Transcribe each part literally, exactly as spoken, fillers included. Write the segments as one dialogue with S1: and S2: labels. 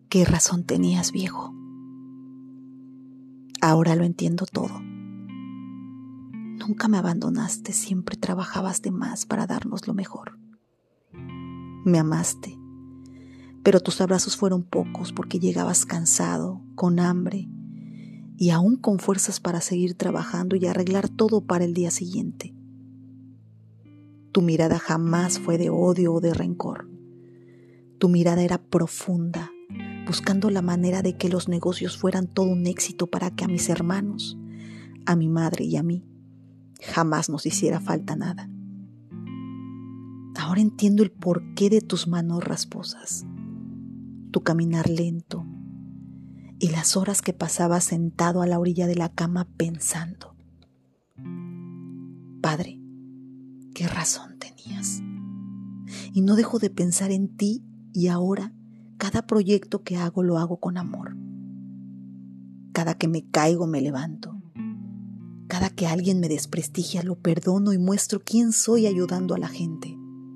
S1: ¿Qué razón tenías, viejo? Ahora lo entiendo todo. Nunca me abandonaste, siempre trabajabas de más para darnos lo mejor. Me amaste, pero tus abrazos fueron pocos porque llegabas cansado, con hambre y aún con fuerzas para seguir trabajando y arreglar todo para el día siguiente. Tu mirada jamás fue de odio o de rencor. Tu mirada era profunda, buscando la manera de que los negocios fueran todo un éxito para que a mis hermanos, a mi madre y a mí jamás nos hiciera falta nada. Ahora entiendo el porqué de tus manos rasposas, tu caminar lento y las horas que pasabas sentado a la orilla de la cama pensando. Padre, ¿qué razón tenías? Y no dejo de pensar en ti y ahora cada proyecto que hago lo hago con amor. Cada que me caigo me levanto. Cada que alguien me desprestigia lo perdono y muestro quién soy ayudando a la gente.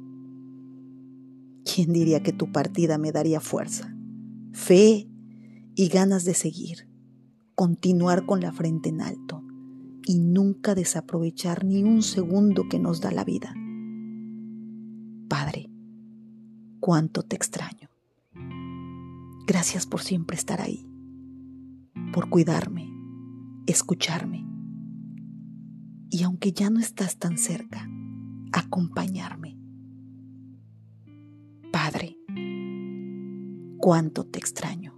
S1: ¿Quién diría que tu partida me daría fuerza, fe y ganas de seguir, continuar con la frente en alto y nunca desaprovechar ni un segundo que nos da la vida? Padre, cuánto te extraño. Gracias por siempre estar ahí, por cuidarme, escucharme y aunque ya no estás tan cerca, acompañarme. Padre, cuánto te extraño.